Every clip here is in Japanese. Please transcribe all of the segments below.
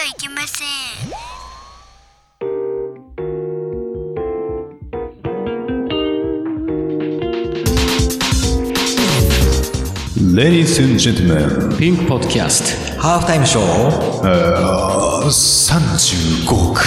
ゃいけません。 Ladies and gentlemen, ピンクポッドキャストハーフタイムショー 35億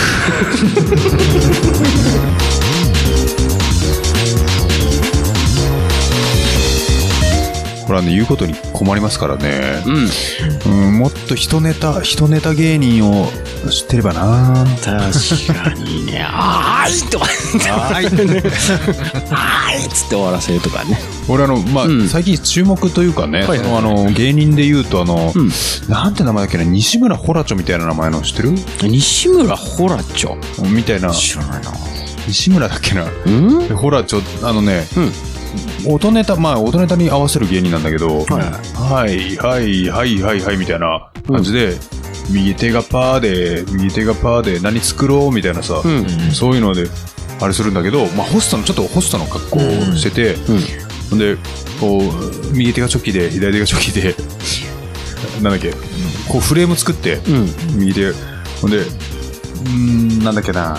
これはね、言うことに困りますからね、もっと一ネタ芸人を知ってればな。 確かにねあーいとかはいあーいっつって終わらせるとかね。 俺最近注目というかね、 はいはい芸人で言うとなんて名前だっけな、西村ホラチョみたいな名前の知ってる？ 西村ホラチョみたいな。 知らないな。 西村だっけな。ホラチョ音ネタに合わせる芸人なんだけど、はいみたいな感じで、右手がパーで何作ろうみたいなさ、そういうのであれするんだけど、ホストの格好をしてて、でこう右手がチョキで左手がチョキでなんだっけ、こうフレーム作って、右手ほんでなんだっけな、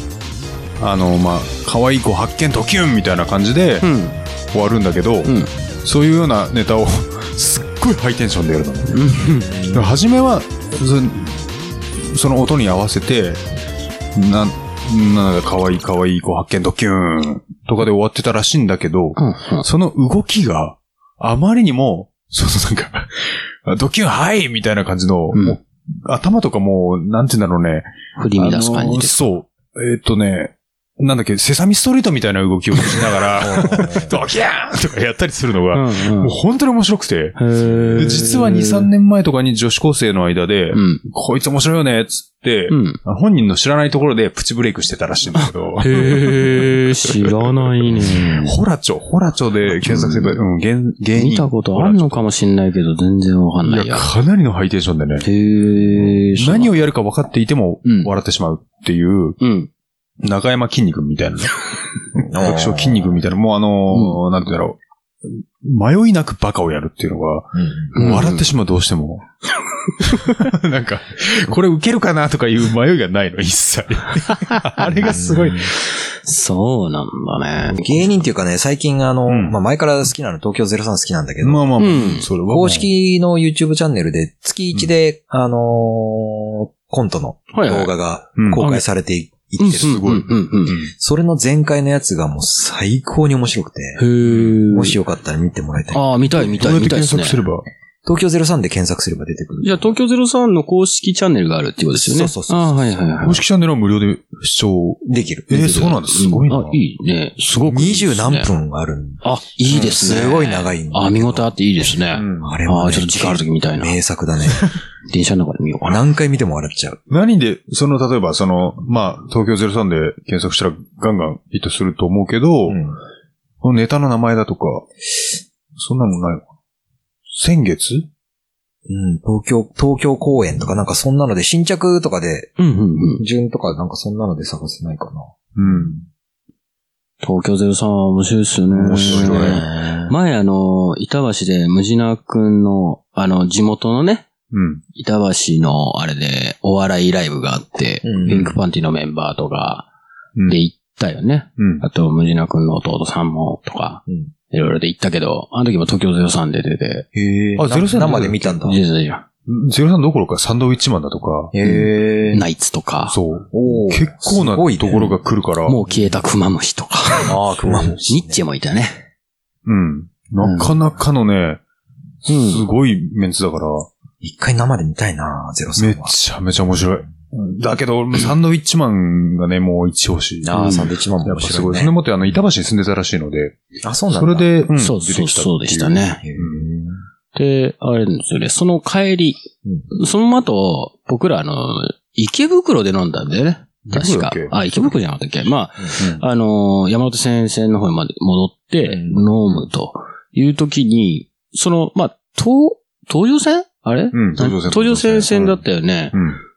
可愛い子発見ドキュンみたいな感じで終わるんだけど、そういうようなネタをすっごいハイテンションでやるの。初めはその音に合わせてなんか可愛い子発見ドキュンとかで終わってたらしいんだけど、その動きがあまりにもなんかドキュンはいみたいな感じの、もう頭とかもうなんて言うんだろうね、 振り乱す感じです。 そうなんだっけ、セサミストリートみたいな動きをしながらドキャーンとかやったりするのが、もう本当に面白くて、で実は 2,3 年前とかに女子高生の間で、こいつ面白いよねっつって、本人の知らないところでプチブレイクしてたらしいんだけど。 へー、知らないね。 ホラチョで検索すれば、芸人。 見たことあるのかもしんないけど、全然わかんないや。 かなりのハイテンションでね。 へー。 何をやるか分かっていても、笑ってしまうっていう、中山筋肉みたいなね。爆笑筋肉みたいな、もうなんて言うんだろう。迷いなくバカをやるっていうのが、笑ってしまう、どうしても。なんか、これウケるかなとかいう迷いがないの、一切。あれがすごい。 そうなんだね。 芸人っていうかね、最近前から好きなの東京03好きなんだけど、 それは公式の YouTube チャンネルで月1で、コントの動画が公開されていってる。 すごい。 それの前回のやつがもう最高に面白くて、もしよかったら見てもらいたい。 ああ、見たいですね。 東京03で検索すれば出てくる。 じゃあ東京03の公式チャンネルがあるっていうことですよね。 そう。 ああ、はいはいはい。 公式チャンネルは無料で視聴できる。 そうなんです。すごいな。 いいね。すごくいいですね。 20何分あるんあ、いいですね。 すごい長いんだ。 見応えあっていいですね。 あれはちょっと時間ある時みたいな。 名作だね。 電車の中で見ようかな。 何回見ても笑っちゃう。 何で、例えば東京03で検索したらガンガンヒットすると思うけど、このネタの名前だとか、そんなのないのかな？先月？ 東京公演とかなんかそんなので、新着とかで、順とかなんかそんなので探せないかな。 東京03は面白いですよね。 面白いね。 前板橋でムジナ君の、地元のね、板橋のあれでお笑いライブがあって、ピンクパンティのメンバーとかで行ったよね。あと、ムジナ君の弟さんもとか、いろいろで行ったけど、あの時も東京03で出て。 03生で見たんだ。 03どころかサンドウィッチマンだとか、 ナイツとか。 そう。結構なところが来るから。 もう消えたクマムシとか。 クマムシ。 ニッチェもいたね。 なかなかのね、すごいメンツだから。 一回生で見たいな、03は。 めちゃめちゃ面白い。だけど、サンドウィッチマンがね、もう一押し。 サンドウィッチマンも面白いね。 それもって板橋に住んでたらしいので。 そうなんだ。 それで、 そうでしたね。で、あれですよね、その帰り、その後、僕ら池袋で飲んだんだよね。確か。池袋じゃなかったっけ？山手線の方まで戻って飲むという時に、東上線あれ？東上線だったよね。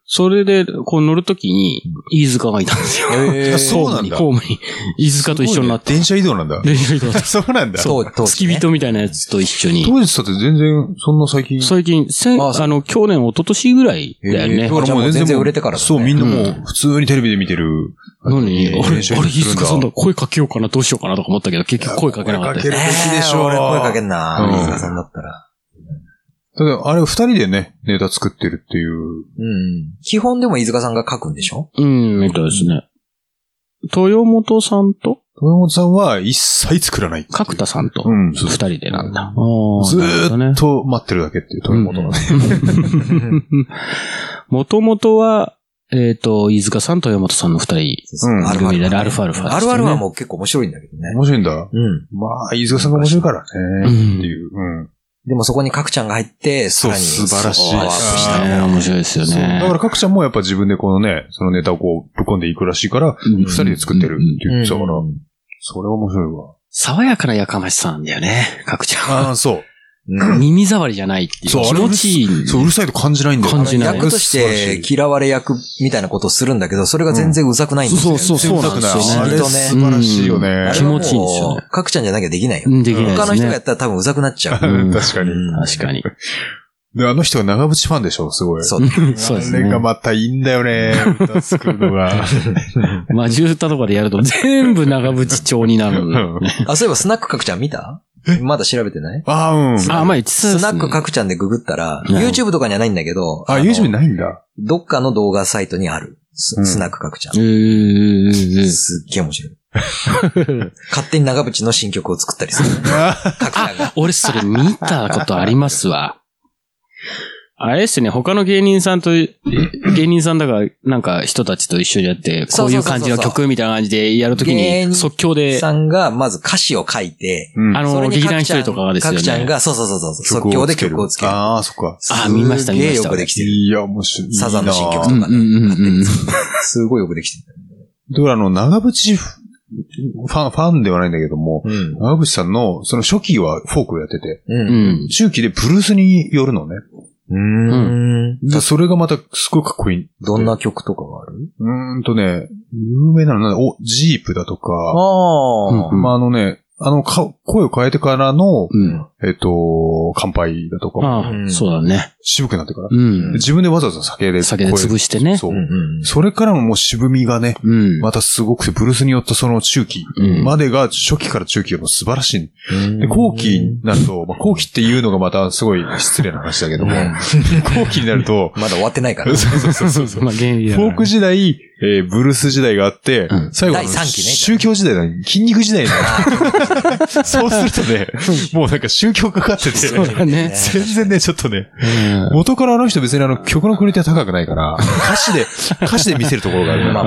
それで、こう乗るときに、飯塚がいたんですよ。 そうなんだ。 ホームに。飯塚と一緒になって。 電車移動なんだ。 電車移動。 そうなんだ。 そう。付き人みたいなやつと一緒に。 当時だって全然、そんな最近。 去年、一昨年ぐらいだよね。 だからもう全然売れてからだね。 そう、みんなもう普通にテレビで見てる。 何あれ、飯塚さんだ。声かけようかな、どうしようかなとか思ったけど、結局声かけなかった。 声かけるべきでしょ。 俺声かけんな。飯塚さんだったら。 ただ、あれ二人でね、ネタ作ってるっていう。 基本でも飯塚さんが書くんでしょ？ みたいですね。豊本さんと豊本さんは一切作らない。 角田さんと二人でなんだ。 ずーっと待ってるだけっていう豊本のね。 もともとは、飯塚さんと豊本さんの二人。 アルファルファ。 アルファルファ。 アルファルファも結構面白いんだけどね。 面白いんだ。まあ、飯塚さんが面白いからね。っていう。 でもそこに角ちゃんが入って、さらに素晴らしい。 面白いですよね。 だから角ちゃんもやっぱ自分でこのね、そのネタをこう、ぶっ込んでいくらしいから、二人で作ってるって言ってたから、それは面白いわ。 爽やかなやかましさなんだよね、角ちゃん。 ああ、そう。 耳障りじゃないっていう。そう、気持ちいい。 そう、うるさいと感じないんだよ。 感じない。 役として嫌われ役みたいなことをするんだけど、それが全然うざくないんですよ。 そうなんですよね。 あれ素晴らしいよね。 気持ちいいんですよね。 角ちゃんじゃなきゃできないよ。 できないですね。 他の人がやったら多分うざくなっちゃう。 確かに。 確かに。 で、あの人は長渕ファンでしょ、すごい。 そうですね。あれがまたいいんだよね、歌作るのが。 まあ、ジュータとかでやると全部長渕調になる。 あ、そういえばスナック角ちゃん見た？まだ調べてない？ あ、うん。 まあ、言ってた。 スナック角ちゃんでググったら、YouTube とかにはないんだけど。 YouTube にないんだ。 どっかの動画サイトにある。スナック角ちゃん。すっげえ面白い。勝手に長渕の新曲を作ったりする。角ちゃんが。 俺それ見たことありますわ。あれですね、他の芸人さんだから、なんか人たちと一緒にやって、こういう感じの曲みたいな感じでやるときに、即興で。 芸人さんがまず歌詞を書いて、 劇団一人とかがですよね。 角ちゃんが、そう、即興で曲をつける。 ああ、そっか。 見ました。 すげえよくできてる。 いや、面白い。 サザンの新曲とかね。すごいよくできてる。 だから長渕ファンではないんだけども、長渕さんの、その初期はフォークをやってて、中期でブルースによるのね。で、それがまたすごいかっこいい。 どんな曲とかがある？ 有名なのジープだとか、まあ声を変えてからの、乾杯だとか。 そうだね。 渋くなってから。自分でわざわざ酒で潰してね。 そう。それからのもう渋みがね、またすごくて、ブルースによったその中期までが、初期から中期がもう素晴らしい。で、後期になると、後期っていうのがまたすごい失礼な話だけども、後期になると、 まだ終わってないから。 そう。フォーク時代、ブルース時代があって、最後第3期ね。 宗教時代だね。筋肉時代だね。そうするとね、もうなんか宗教かかってて、全然ね、ちょっとね、元からあの人別に曲のクオリティは高くないから、歌詞で見せるところがあるから。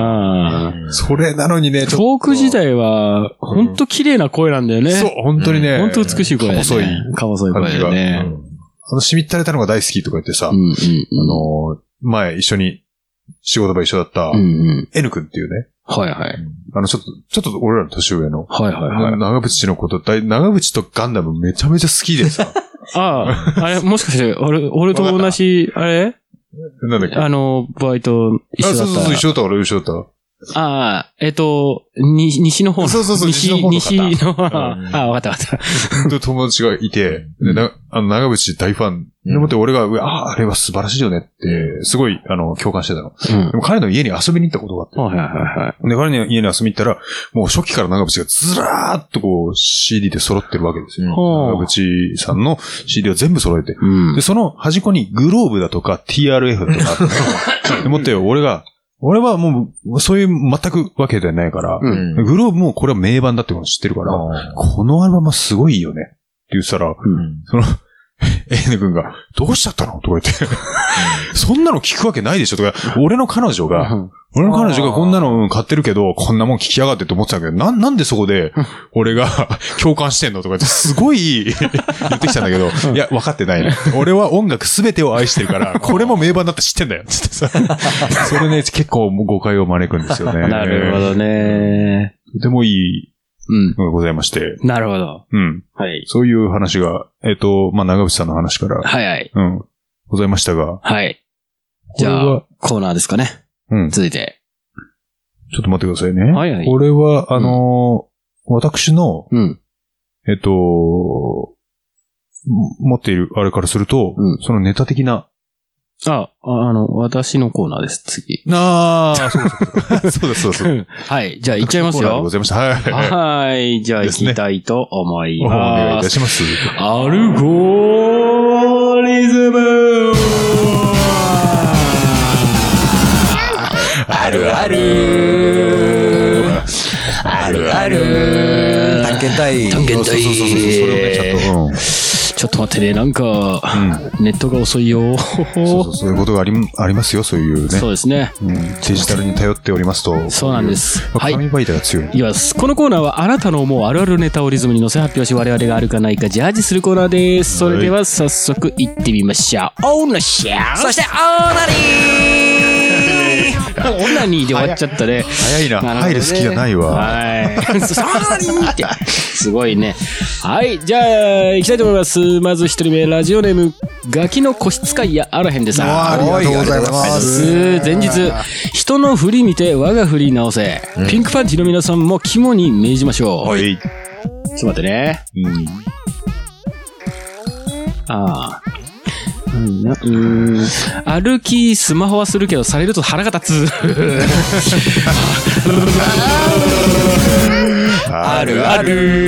それなのにね、ちょっと。 フォーク時代は、ほんと綺麗な声なんだよね。 そう、本当にね。 ほんと美しい声だね。か細い声だよね。 しみったれたのが大好きとか言ってさ、前一緒に仕事場一緒だった、N 君っていうね。 はいはい。 ちょっと俺らの年上の。 はいはいはい。 長渕のこと、長渕とガンダムめちゃめちゃ好きでさ。 あれ、もしかして、俺と同じ、あれなんだっけバイト一緒だった。 そう、一緒だった、俺一緒だった。 西の方の。 そう、西の方の。 西の、わかった。 友達がいて、長渕大ファン。でもって俺が、あれは素晴らしいよねって、すごい、共感してたの。でも彼の家に遊びに行ったことがあって。で、彼の家に遊びに行ったら、もう初期から長渕がずらーっとこう、CD で揃ってるわけですよ。長渕さんの CD を全部揃えて。で、その端っこにグローブだとか TRF だとかあって。でもって俺はもう、そういう全くわけではないから、グローブもこれは名盤だってこと知ってるから、このアルバムはすごいいいよね。って言ったら、N 君が、どうしちゃったのとか言って、そんなの聞くわけないでしょとか、俺の彼女がこんなの買ってるけど、こんなもん聞きやがってって思ってたけど、なんでそこで、俺が共感してんのとかってすごい言ってきたんだけど、いや、分かってない。俺は音楽すべてを愛してるから、これも名盤だって知ってんだよ。つってさ。それね、結構誤解を招くんですよね。 なるほどね。 とてもいいのがございまして。 なるほど。 はい。そういう話が、長渕さんの話から。 はいはい。 ございましたが。 はい。 じゃあ、コーナーですかね。続いて。 ちょっと待ってくださいね。 はいはい。 これは、私の、持っているあれからすると、そのネタ的な。 私のコーナーです、次。 そう。 はい。じゃあ、行っちゃいますよ。 ございました。 はい。じゃあ、行きたいと思います。 お願いいたします。 アルゴリズムあるある探検隊。 そう。それをね、ちょっと待ってね、なんか、ネットが遅いよ。 そういうことがありますよ、そういうね。 そうですね。 デジタルに頼っておりますと。 そうなんです。 はい。紙媒体が強い。 いきます。このコーナーはあなたの思うあるあるネタをリズムに乗せ発表し、我々があるかないかジャッジするコーナーです。それでは早速行ってみましょう。オーナシャーそしてオーナニーオナニーで終わっちゃったね。 早いな。入る好きじゃないわ。 はい。オーナニーって。すごいね。はい。じゃあ、行きたいと思います。まず一人目、ラジオネーム、ガキの個室会やあらへんでさ。 ありがとうございます。 前日、人の振り見て我が振り直せ。ピンクパンティの皆さんも肝に銘じましょう。はい。ちょっと待ってね。歩き、スマホはするけど、されると腹が立つ。あるあ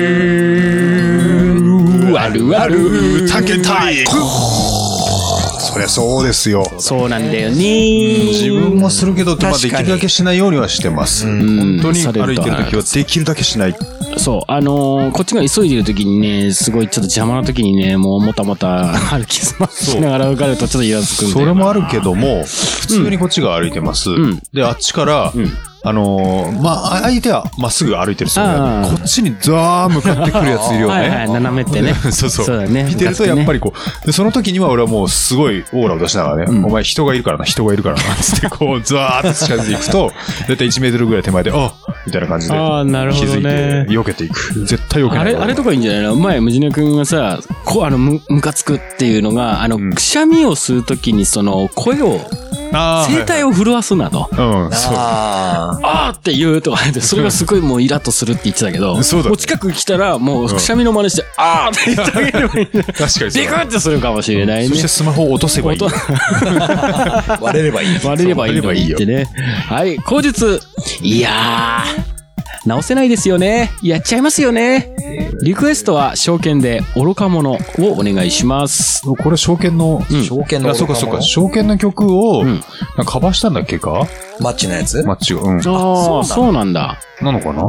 る。あるある。 探検隊。そりゃそうですよ。 そうなんだよね。 自分もするけど、できるだけしないようにはしてます。本当に歩いてるときはできるだけしない。 そう。こっちが急いでるときにね、すごいちょっと邪魔なときにね、もうもたもた歩きしながら歩かれるとちょっとイラつくんで。 それもあるけども、普通にこっちが歩いてます。で、あっちから、相手はまっすぐ歩いてるそうだね。こっちにザー向かってくるやついるよね。 はい、斜めってね。 そう。 そうだね。 見てるとやっぱりこう、で、その時には俺はもうすごいオーラを出しながらね、お前人がいるからな、つってこう、ザーって近づいていくと、だいたい1メートルぐらい手前で、みたいな感じで。 なるほどね。 気づいて、避けていく。絶対避けない。 あれとかいいんじゃないの？前、ムジネ君がさ、ムカつくっていうのが、くしゃみをするときに、声を、声帯を震わすなと。そう。って言うとかで、それがすごいもうイラッとするって言ってたけど、もう近く来たら、もうくしゃみの真似して、って言ってあげればいい。確かに。ビクってするかもしれないね。 そしてスマホを落とせばいい。 割れればいい。 割れればいいってね。はい、口述。いやー。直せないですよね。やっちゃいますよね。リクエストは証券で愚か者をお願いします。 これ証券の、 証券のそうか。証券の曲を、カバーしたんだっけか？ マッチのやつ？ マッチが。 そうなんだ。 なのかな？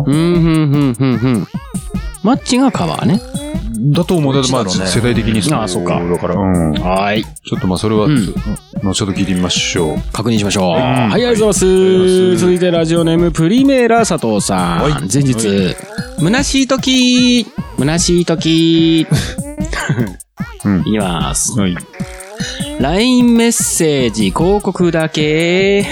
マッチがカバーね。 だと思う。だって世代的にそうか。 だから。 はい。 ちょっとそれは、後ほど聞いてみましょう。 確認しましょう。はい、ありがとうございます。続いてラジオネーム、プリメーラ佐藤さん。前日、虚しいとき。いきます。はい。LINE メッセージ広告だけ。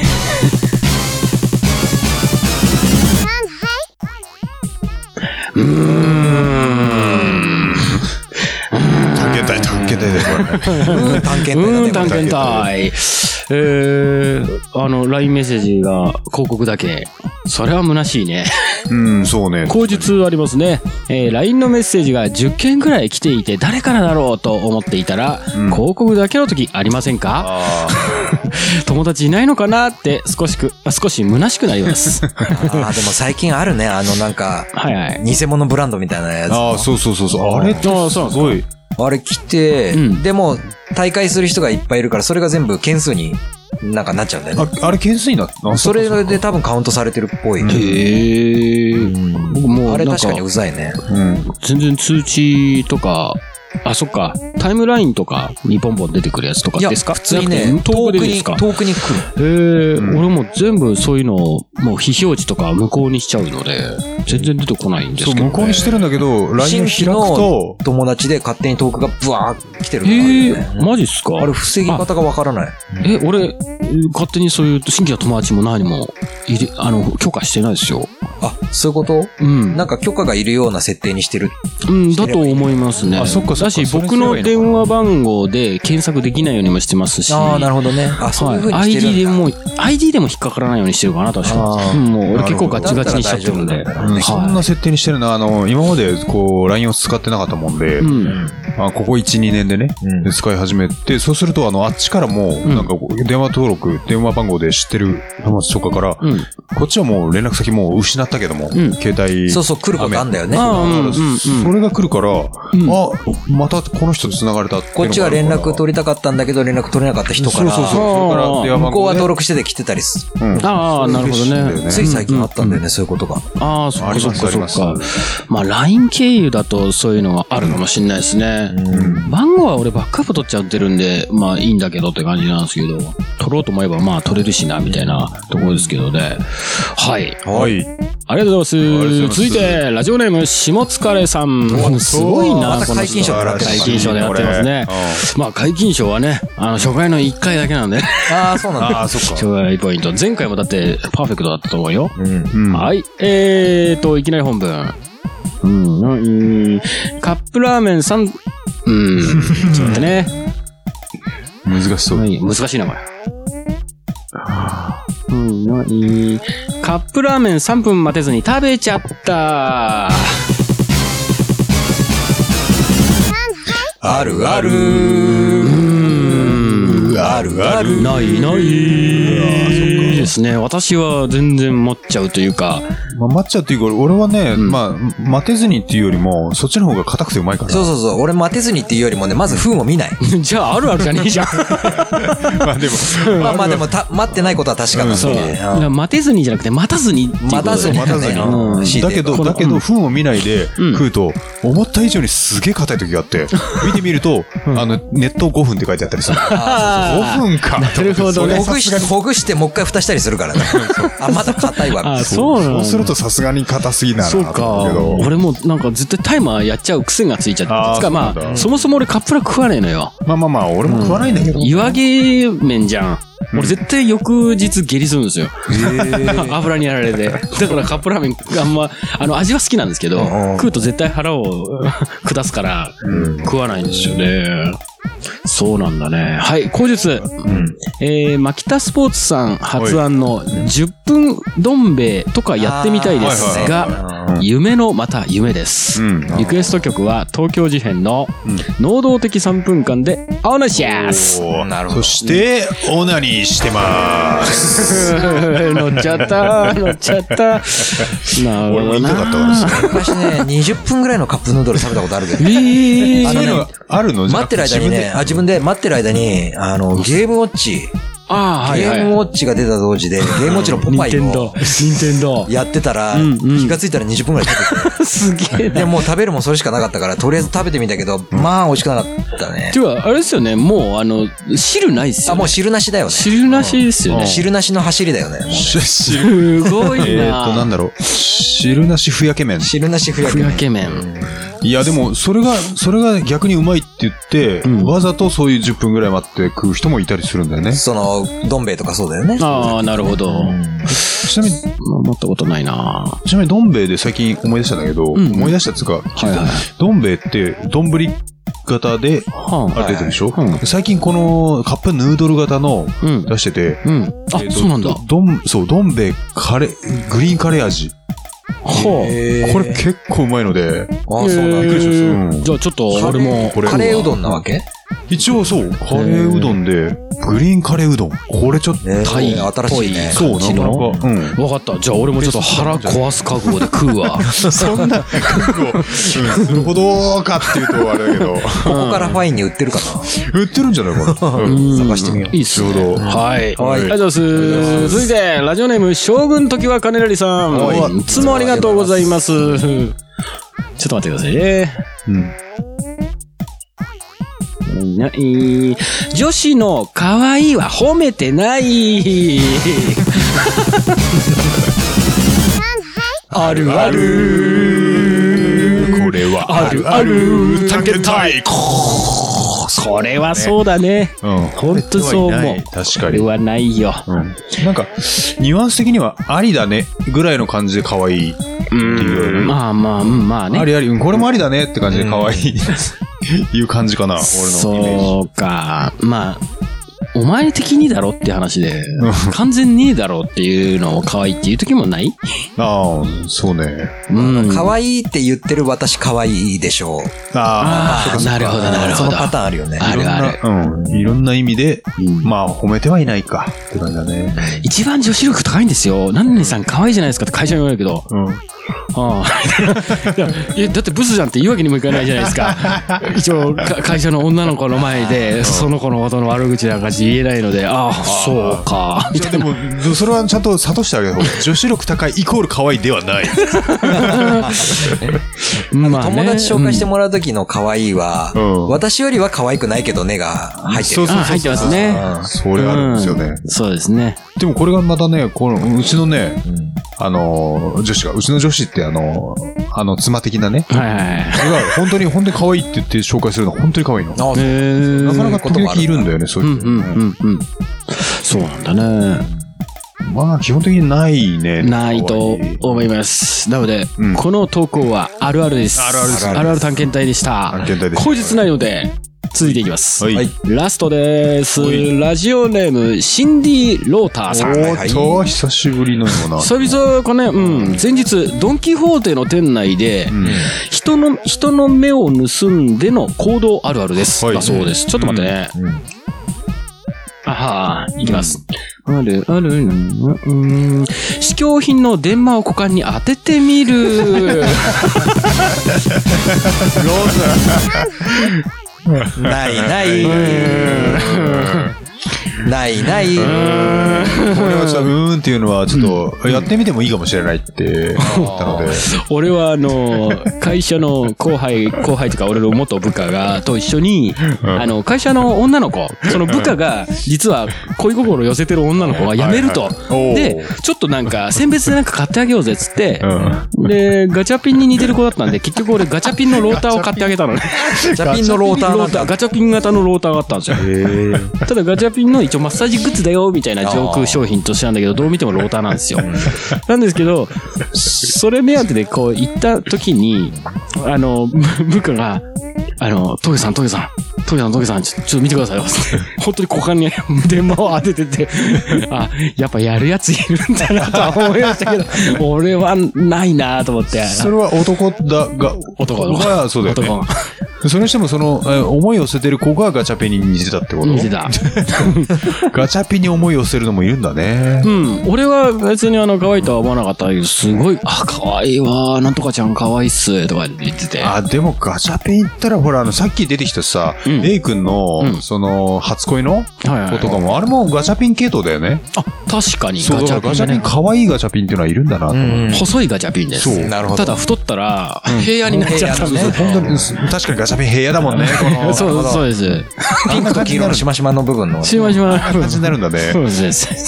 探検隊。LINE メッセージが広告だけ。それは虚しいね。 そうね。 口述ありますね。LINE のメッセージが10件くらい来ていて、誰からだろうと思っていたら、広告だけの時ありませんか？友達いないのかなって少し虚しくなります。 でも最近あるね。偽物ブランドみたいなやつ。 そう。あれってすごい。 あれ来て、でも、大会する人がいっぱいいるから、それが全部件数になっちゃうんだよね。 あれ件数になった？ それで多分カウントされてるっぽい。僕もあれ確かにうざいね。 全然通知とか、そっか。タイムラインとかにポンポン出てくるやつとかですか？ 普通にね、遠くに来る。俺も全部そういうのを、もう非表示とか無効にしちゃうので、全然出てこないんですけど、 無効にしてるんだけど、LINE を開くと、 友達で勝手にトークがブワー来てるのがマジっすか？ あれ防ぎ方がわからない。 俺、勝手にそういう新規の友達も何も許可してないですよ。 あ、そういうこと？うん。なんか許可がいるような設定にしてる。 うん、だと思いますね。あ、そっかそっか。だし、僕の電話番号で検索できないようにもしてますし。 ああ、なるほどね。あ、そういう風にしてるんだ。 ID でも引っかからないようにしてるかな、確かに。もう俺結構ガチガチにしちゃってるんで。 そんな設定にしてるのは、今までこう、LINE を使ってなかったもんで、ここ1、2年でね、使い始めて、そうすると、あっちからも、なんか、電話登録、電話番号で知ってる友達とかから、こっちはもう連絡先もう失ったけども、携帯。 そうそう、来ることあんだよね。 それが来るから、またこの人と繋がれたっていうのが。 こっちが連絡取りたかったんだけど、連絡取れなかった人から、そうそれから電話番号向こうは登録してて来てたりする。 ああ、なるほどね。 つい最近あったんだよね、そういうことが。 ああ、そっかそっかそっか。まあ、LINE 経由だとそういうのがあるかもしれないですね。番号は俺バックアップ取っちゃってるんで、まあいいんだけどって感じなんですけど、取ろうと思えばまあ取れるしな、みたいなところですけどね。はい。 はい。 ありがとうございます。続いて、ラジオネーム、下疲れさん。すごいな、この人。皆勤賞でやってますね。まあ、皆勤賞はね、初回の1回だけなんで。 ああ、そうなんだ。 ああ、そっか。 初回ポイント。前回もだって、パーフェクトだったと思うよ。はい。いきなり本文。カップラーメン3、ちょっと待ってね。 難しそう。 難しいな、これ。カップラーメン3分待てずに食べちゃった。 あるある。あるある。 ないない。ですね。私は全然待っちゃうというか。 待っちゃうっていうか、俺はね、待てずにっていうよりも、そっちの方が硬くてうまいから。 そうそうそう。俺待てずにっていうよりもね、まず風も見ない。 じゃあ、あるあるじゃねえじゃん。 まあでも。 まあでも、待ってないことは確かなんで。待てずにじゃなくて、待たずにっていう。 待たずに。 だけど、風を見ないで食うと、思った以上にすげえ硬い時があって、見てみると、熱湯5分って書いてあったりする。5分か。 なるほどね。 ほぐしてもう一回蓋したりするからね。あ、まだ硬いわ。 そうするとさすがに硬すぎなそうか。俺もなんか絶対タイマーやっちゃう癖がついちゃって。まあ、そもそも俺カップラ食わねえのよ。 まあ、俺も食わないんだけど。 岩毛麺じゃん。俺絶対翌日下痢するんですよ。油にやられて。だからカップラーメンあんま、味は好きなんですけど、食うと絶対腹を下すから、食わないんですよね。そうなんだね。はい、口述。マキタスポーツさん発案の10分どん兵衛とかやってみたいですが、夢のまた夢です。リクエスト曲は東京事変の能動的3分間でオナシャス。 なるほど。そして、オナニーしてまーす。 乗っちゃった。なるほどな。 昔ね、20分ぐらいのカップヌードル食べたことあるけど。 そういうのあるの？ 待ってる間にね、自分で待ってる間に、ゲームウォッチ。ゲームウォッチが出た同時で、ゲームウォッチのポパイをやってたら、気がついたら20分くらい食べてすげえ。 で、もう食べるもんそれしかなかったから、とりあえず食べてみたけど、まあ美味しくなかったね。 てか、あれですよね、もう汁ないっすよね。 もう汁なしだよね。 汁なしですよね。 汁なしの走りだよね。 すごいな。 なんだろう。汁なしふやけ麺。 汁なしふやけ麺。 いや、でも、それが逆にうまいって言って、わざとそういう10分ぐらい待って食う人もいたりするんだよね。 どん兵衛とかそうだよね。 ああ、なるほど。 ちなみに、 思ったことないな。 ちなみに、どん兵衛で最近思い出したんだけど、思い出したっつうか、どん兵衛って、どんぶり型で、出てるでしょ？最近このカップヌードル型の出してて、 あ、そうなんだ。 どん兵衛グリーンカレー味。これ結構うまいので。 あ、そうなんだ。 じゃあちょっと俺も。 カレーうどんなわけ？ 一応そう、カレーうどんで、グリーンカレーうどん。これちょっと、 タイ新しいね。 そう、なかなか。 わかった。じゃあ俺もちょっと腹壊す覚悟で食うわ。 そんな覚悟するほどかっていうとあれだけど。 ここからファインに売ってるかな？ 売ってるんじゃないかな。 探してみよう。 いいっすね。はい。ありがとうございます。続いて、ラジオネーム、将軍時は金成さん。いつもありがとうございます。ちょっと待ってくださいね。女子の可愛いは褒めてない。あるある。 これはあるある。探検隊。 それはそうだね。本当そう思う。 確かに。 これはないよ。 なんか、ニュアンス的にはありだねぐらいの感じで可愛いっていう。 まあね。 ありあり、これもありだねって感じで可愛いいう感じかな、俺のイメージ。 そうか。まあ、お前的にだろって話で、完全にだろっていうのを可愛いっていう時もない？ ああ、そうね。 可愛いって言ってる私可愛いでしょう。 ああ、なるほどなるほど。 そのパターンあるよね。 あるある。いろんな意味で、まあ褒めてはいないかって感じだね。 一番女子力高いんですよ。何々さん可愛いじゃないですかって会社に言われるけど。ああ。いや、だってブスじゃんって言うわけにもいかないじゃないですか。一応、会社の女の子の前で、その子のことの悪口なんか言えないので、ああ、そうか。 でも、それはちゃんと諭してあげた方が、女子力高いイコール可愛いではない。 友達紹介してもらう時の可愛いは、私よりは可愛くないけどねが入ってる。 そう入ってますね。 それあるんですよね。 そうですね。 でもこれがまたね、うちのね、女子が、うちの女子って妻的なね。 はいはいはい。 それが本当に可愛いって言って紹介するのは本当に可愛いの。なかなか時々いるんだよね、そういう。 そうなんだね。 まあ、基本的にないね。 ないと思います。なので、この投稿はあるあるです。あるある探検隊でした。口実ないので、続いていきます。ラストです。ラジオネーム、シンディ・ローターさん。 久しぶりのような。 久々かね、前日、ドンキホーテの店内で、人の目を盗んでの行動あるあるです。だそうです。ちょっと待ってね。いきます。試供品の電話を股間に当ててみる。ローズ。ないない。ないない。 これはちょっとっていうのはちょっとやってみてもいいかもしれないって思ったので。 俺は会社の後輩とか俺の元部下と一緒に、会社の女の子、その部下が実は恋心を寄せてる女の子が辞めると。で、ちょっとなんか選別でなんか買ってあげようぜっつって、で、ガチャピンに似てる子だったんで、結局俺ガチャピンのローターを買ってあげたのね。 ガチャピンのローターガチャピン型のローターがあったんですよ。ただガチャピンの一応マッサージグッズだよみたいな上空商品としてなんだけど、どう見てもローターなんですよ。なんですけど、それ目当てでこう行った時に、部下が、トゲさん、ちょっと見てくださいよ。本当に股間に電話を当ててて、やっぱやるやついるんだなとは思いましたけど、俺はないなと思って。 それは男が、そうだよね。男が。それにしても思いを寄せてる子がガチャピンに似てたってこと？ 似てた。 ガチャピンに思いを寄せるのもいるんだね。 俺は別に可愛いとは思わなかったけど、すごい、可愛いわ、なんとかちゃん可愛いっす、とか言ってて。 でもガチャピンったらほら、さっき出てきたさ、A 君の、初恋の子とかも、あれもガチャピン系統だよね。 確かに。 ガチャピン、可愛いガチャピンっていうのはいるんだなと思って。 細いガチャピンです。 そう。なるほど。 ただ太ったら、平野になっちゃったね。 本当に、確かにガチャピン平野だもんね。 そうです。 ピンクと黄色のしましまの部分の。 しましまの感じになるんだね。 そうです。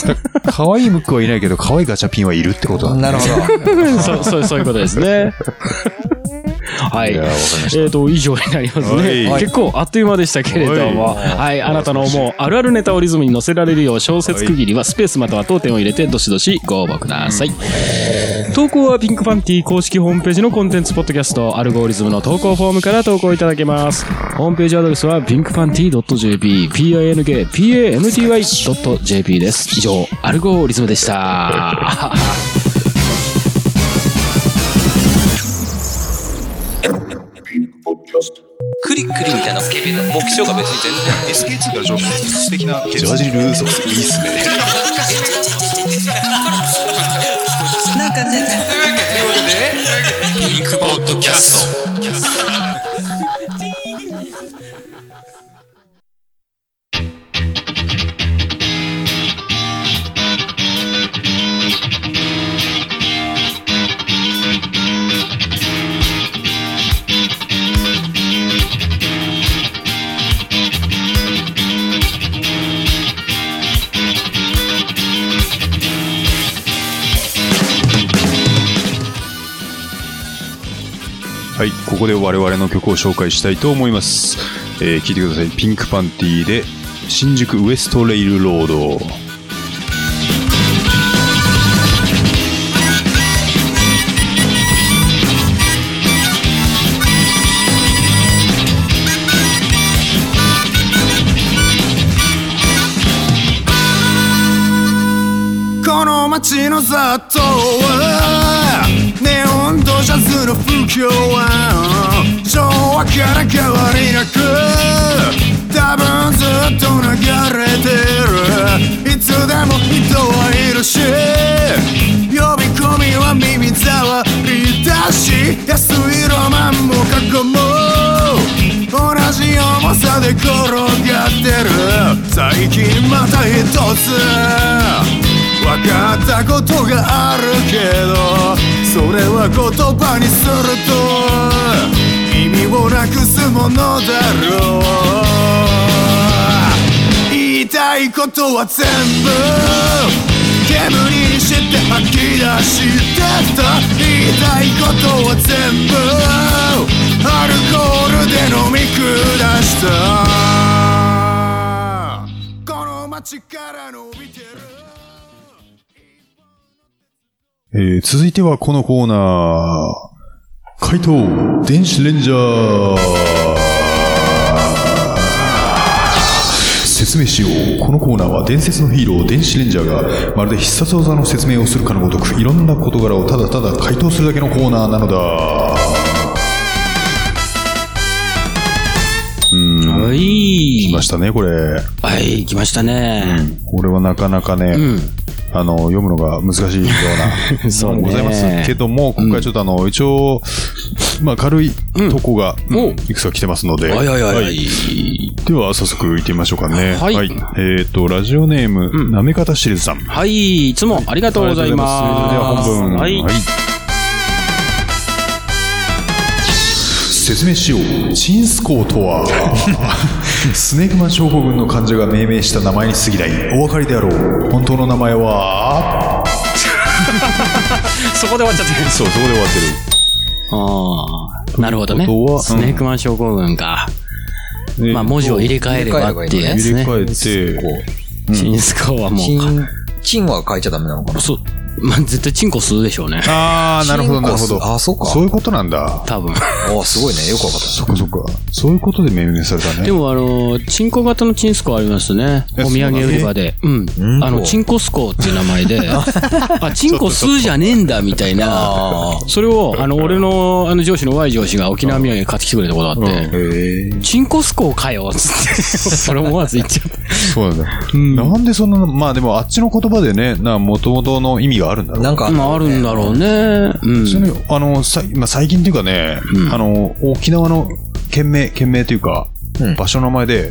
可愛いムックはいないけど、可愛いガチャピンはいるってことだね。 なるほど。そういうことですね。はい。以上になりますね。結構あっという間でしたけれども。はい。あなたの思うあるあるネタをリズムに乗せられるよう小説区切りはスペースまたは当店を入れてどしどしご応募ください。投稿はピンクパンティ公式ホームページのコンテンツポッドキャストアルゴリズムの投稿フォームから投稿いただけます。ホームページアドレスは pinkpanty.jp pinkpanty.jp です。以上、アルゴリズムでした。 クリックリみたいなスケベな目標が別に全然 SK2 が素敵なジャージルーソースいいっすね。 なんかね、というわけでピンクポッドキャスト。 はい、ここで我々の曲を紹介したいと思います。 聞いてください。ピンクパンティーで新宿ウエストレイルロード。 この街の雑踏はネオンとジャズの不況は昭和から変わりなく多分ずっと流れてる。いつでも人はいるし呼び込みは耳障りだし安いロマンも過去も同じ重さで転がってる。最近また一つ分かったことがあるけどそれは言葉にすると意味をなくすものだろう。言いたいことは全部煙にして吐き出してた。言いたいことは全部アルコールで飲み下した。この街から伸びてる。 続いてはこのコーナー、怪盗電子レンジャー。説明しよう。このコーナーは伝説のヒーロー電子レンジャーがまるで必殺技の説明をするかのごとくいろんな事柄をただただ怪盗するだけのコーナーなのだ。 はい。 来ましたね、これ。 はい、来ましたね。 これはなかなかね、読むのが難しいようなそうもございますけども、今回ちょっと一応、まあ軽いとこがいくつか来てますので、 はい。 では早速行ってみましょうかね。 はい。 ラジオネーム、なめかたしりずさん。 はい、いつもありがとうございます。 では本文。はい。説明しよう。チンスコーとはスネークマン症候群の患者が命名した名前に過ぎない。お分かりであろう。本当の名前はそこで終わっちゃってる。 そう、そこで終わってる。 ああ、なるほどね。スネークマン症候群か。まあ文字を入れ替えればっていうやつね。 入れ替えて、 チンスコーはもう。 チンは変えちゃダメなのかな。 そう。まあ、絶対チンコ吸うでしょうね。 ああ、なるほど、なるほど。 ああ、そうか。 そういうことなんだ。 多分。 ああ、すごいね。よくわかった。 そっかそっか。そういうことで命名されたね。 でもチンコ型のチンスコありますね。お土産売り場で。うん。チンコスコっていう名前で、あ、チンコ吸うじゃねえんだ、みたいな。それを、俺の、上司の Y 上司が沖縄土産買ってきてくれたことがあって、チンコスコかよ、つって。それ思わず言っちゃった。 そうなんだ。なんでそんな、まあでもあっちの言葉でね、元々の意味があるんだろう。 なんかあるんだろうね。 それ最近っていうかね、沖縄の県名というか、場所の名前で、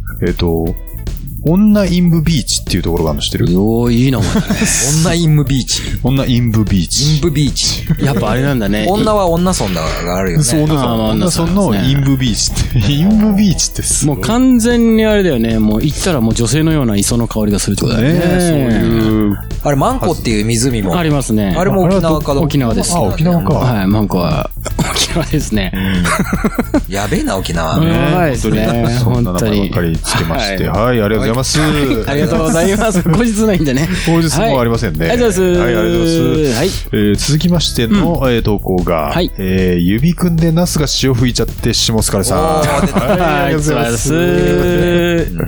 女インブビーチっていうところがあるの知ってる？ いい名前だね。 女インブビーチ。 女インブビーチ。 インブビーチ。 やっぱあれなんだね。 女は女村があるよね。 そう、女村のインブビーチって。インブビーチってすごい。 もう完全にあれだよね。もう行ったらもう女性のような磯の香りがするってことだよね。 そういう。 あれ、マンコっていう湖も。 ありますね。 あれも沖縄か。 沖縄です。 あ、沖縄か。 はい、マンコは沖縄ですね。 やべえな、沖縄。 やばいですね。 そんな名前ばっかりつけまして。はい、ありがとうございます。 ありがとうございます。後日ないんでね。 後日もありませんね。 ありがとうございます。 はい、ありがとうございます。続きましての投稿が、指くんでナスが潮吹いちゃって下疲れさん。 はい、ありがとうございます。では、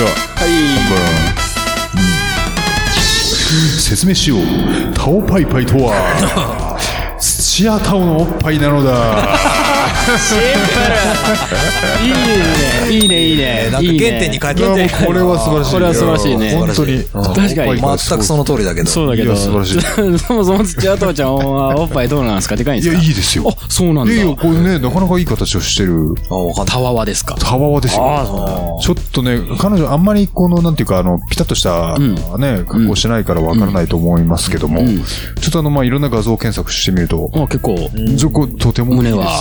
説明しよう。タオパイパイとは、土屋タオのおっぱいなのだ。 シンプル。いいね。 なんか原点に帰ってこれは素晴らしい。 これは素晴らしいね。 本当に。 確かに。 全くその通りだけど。 そうだけど。 素晴らしい。 そもそも土屋父ちゃんはおっぱいどうなんですか？でかいんですか？ いや、いいですよ。 あ、そうなんだ。 いや、これね、なかなかいい形をしてる。 たわわですか？ たわわですよ。ちょっとね、彼女あんまりなんていうか、ピタッとしたね、格好してないからわからないと思いますけども、ちょっといろんな画像検索してみると、 結構、 とてもいいです。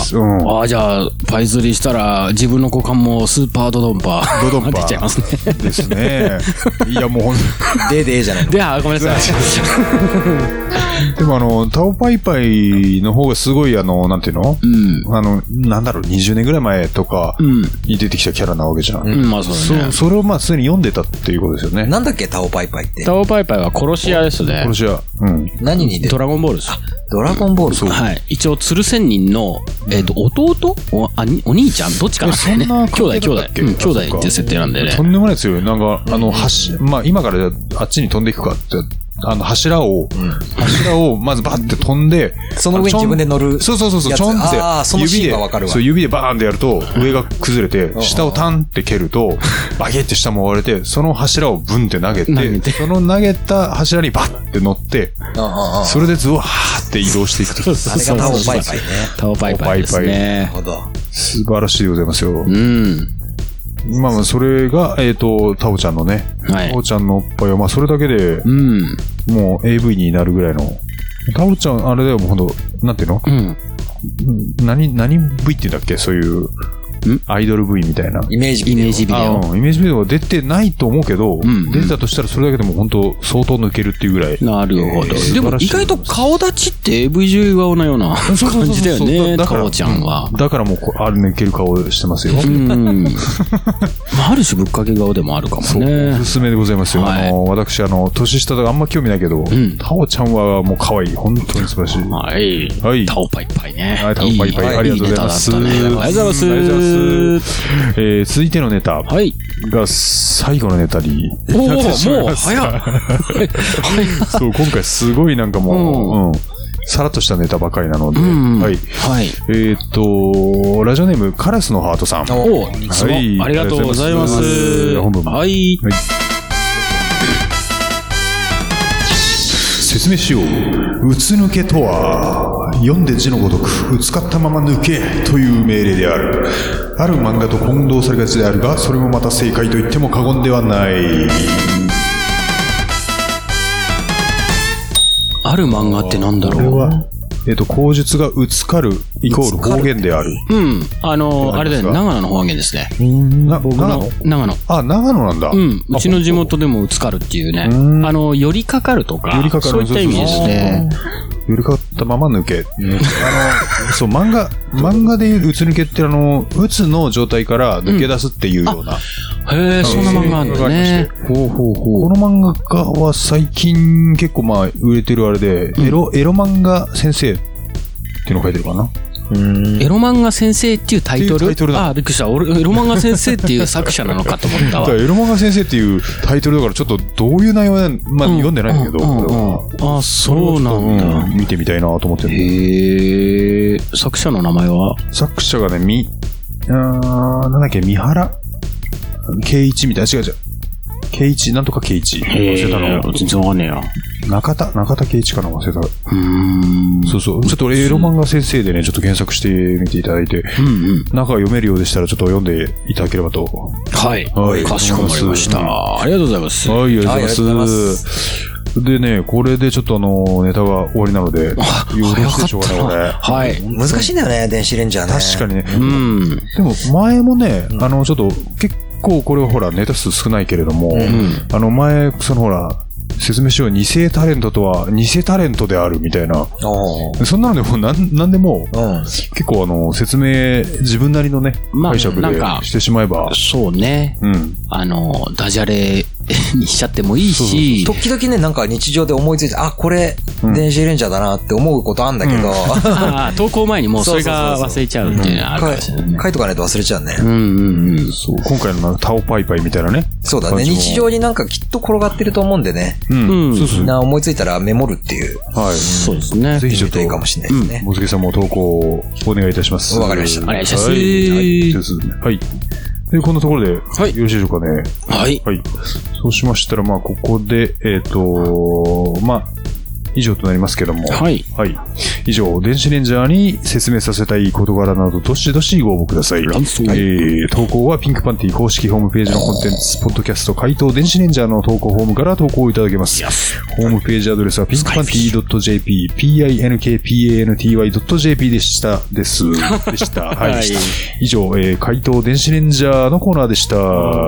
ああ、じゃあ、パイ釣りしたら、自分の股間もスーパードドンパー。 ドドンパー。 出ちゃいますね。 ですね。いや、もうほんと。 でじゃないの。 では、ごめんなさい。 でもタオパイパイの方がすごいなんていうの？なんだろう、20年ぐらい前とかに出てきたキャラなわけじゃん。 まあそうだね。 それをまあすでに読んでたっていうことですよね。 なんだっけ、タオパイパイって。 タオパイパイは殺し屋ですね。 殺し屋。うん。 何に出る？ ドラゴンボールです。 ドラゴンボール。 そう。はい。一応、鶴仙人の、弟？お兄ちゃんどっちかなそんな兄弟って設定なんでね。 とんでもないですよ。なんか、まあ今からあっちに飛んでいくかって、柱を、まずバッて飛んで、 その上に自分で乗る。 そう、ちょんって、指でバーンってやると、上が崩れて、下をタンって蹴ると、バキって下も割れて、その柱をブンって投げて、その投げた柱にバッて乗って、それでズワーって移動していくと。 あれがタオパイパイね。 タオパイパイですね。 なるほど。 素晴らしいでございますよ。 うん。 まあそれが、タオちゃんのね、タオちゃんのおっぱいは、まあそれだけで、もう AV になるぐらいの、タオちゃん、あれだよ、もうほんと、なんていうの？何 V って言うんだっけ？そういう、アイドル V みたいな。 イメージビデオ。 イメージビデオは出てないと思うけど、出てたとしたらそれだけでも本当相当抜けるっていうぐらい。 なるほど。でも意外と顔立ちって AV 女優顔のような感じだよね、タオちゃんは。 だからもう、抜ける顔してますよ。 まあ、ある種ぶっかけ顔でもあるかもね。 おすすめでございますよ。私、年下とかあんま興味ないけど、タオちゃんはもう可愛い。本当に素晴らしい。 はい。タオパイパイね。 はい、タオパイパイ。ありがとうございます。 ありがとうございます。 続いてのネタが最後のネタになってしまいます。 もう早っ。 そう、今回すごいなんかもう、さらっとしたネタばかりなので、はい。ラジオネームカラスのハートさん。 いつもありがとうございます。はい。 説明しよう。うつ抜けとは、読んで字のごとく、うつかったまま抜けという命令である。ある漫画と混同されがちであるが、それもまた正解と言っても過言ではない。 ある漫画ってなんだろう？ これは口述がうつかるイコール方言である。 あれだよ、長野の方言ですね。 長野。あ、長野なんだ。 うちの地元でもうつかるっていうね。寄りかかるとか、そういった意味ですね。 寄りかかったまま抜け。そう、漫画でいううつ抜けってうつの状態から抜け出すっていうような。 へえ、そんな漫画あるんだね。 この漫画家は最近結構まあ売れてるあれで、エロ漫画先生っていうの書いてるかな。 エロ漫画先生っていうタイトル？あ、びっくりした。俺、エロ漫画先生っていう作者なのかと思ったわ。 エロ漫画先生っていうタイトルだからちょっとどういう内容なんまだ読んでないんだけど。 あ、そうなんだ。 見てみたいなと思ってる。 へー。作者の名前は？ 作者がね、なんだっけ、三原圭一みたいな。違う。圭一、なんとか圭一。忘れたの。 全然わかんねえよ。 中田圭一かな、忘れた。そう。ちょっとエロ漫画先生でね、ちょっと検索してみていただいて、中が読めるようでしたらちょっと読んでいただければと。 はい。かしこまりました。ありがとうございます。 はい、ありがとうございます。でね、これでちょっとネタが終わりなので、よろしいでしょうかね、これ。 はい。 難しいんだよね、電子レンジャーね。 確かにね。でも前もね、ちょっと結構これはほらネタ数少ないけれども、前、ほら、説明しよう、偽タレントとは偽タレントであるみたいな。そんなのでもなんでも、結構説明、自分なりのね、解釈でしてしまえば。 そうね。ダジャレにしちゃってもいいし。 時々ね、なんか日常で思いついて、あ、これ、電子レンジャーだなって思うことあるんだけど。 投稿前にもうそれが忘れちゃうっていうのはあるかもしれないね。 書いとかないと忘れちゃうね。 そう。今回のタオパイパイみたいなね。 そうだね。日常になんかきっと転がってると思うんでね。みんな思いついたらメモるっていう。 はい。 そうですね。 ぜひちょっといいかもしれないですね。 もずけさんも投稿をお願いいたします。 わかりました。 お願いします。 はい。で、こんなところで、よろしいでしょうかね。 はい。 そうしましたら、まあ、ここで、 以上となりますけども。 はい。 はい。以上、電子レンジャーに説明させたい事柄など、どしどしご応募ください。投稿はピンクパンティ公式ホームページのコンテンツ、ポッドキャスト、回答電子レンジャーの投稿フォームから投稿いただけます。ホームページアドレスは pinkpanty.jp、pinkpanty.jp でした。はい。以上、回答電子レンジャーのコーナーでした。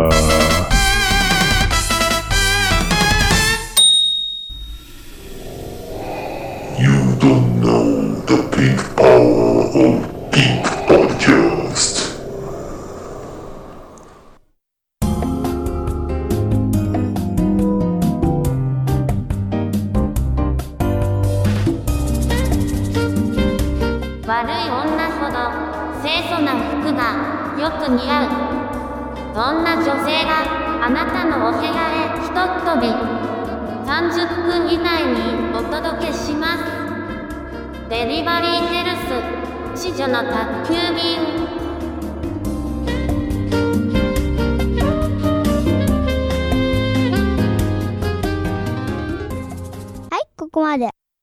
You don't know the pink power of Pink Podcast. 悪い女ほど清楚な服がよく似合う。そんな女性があなたのお部屋へひとっ飛び。30分以内にお届けします。デリバリーヘルス、子女の宅急便。 はい、ここまで。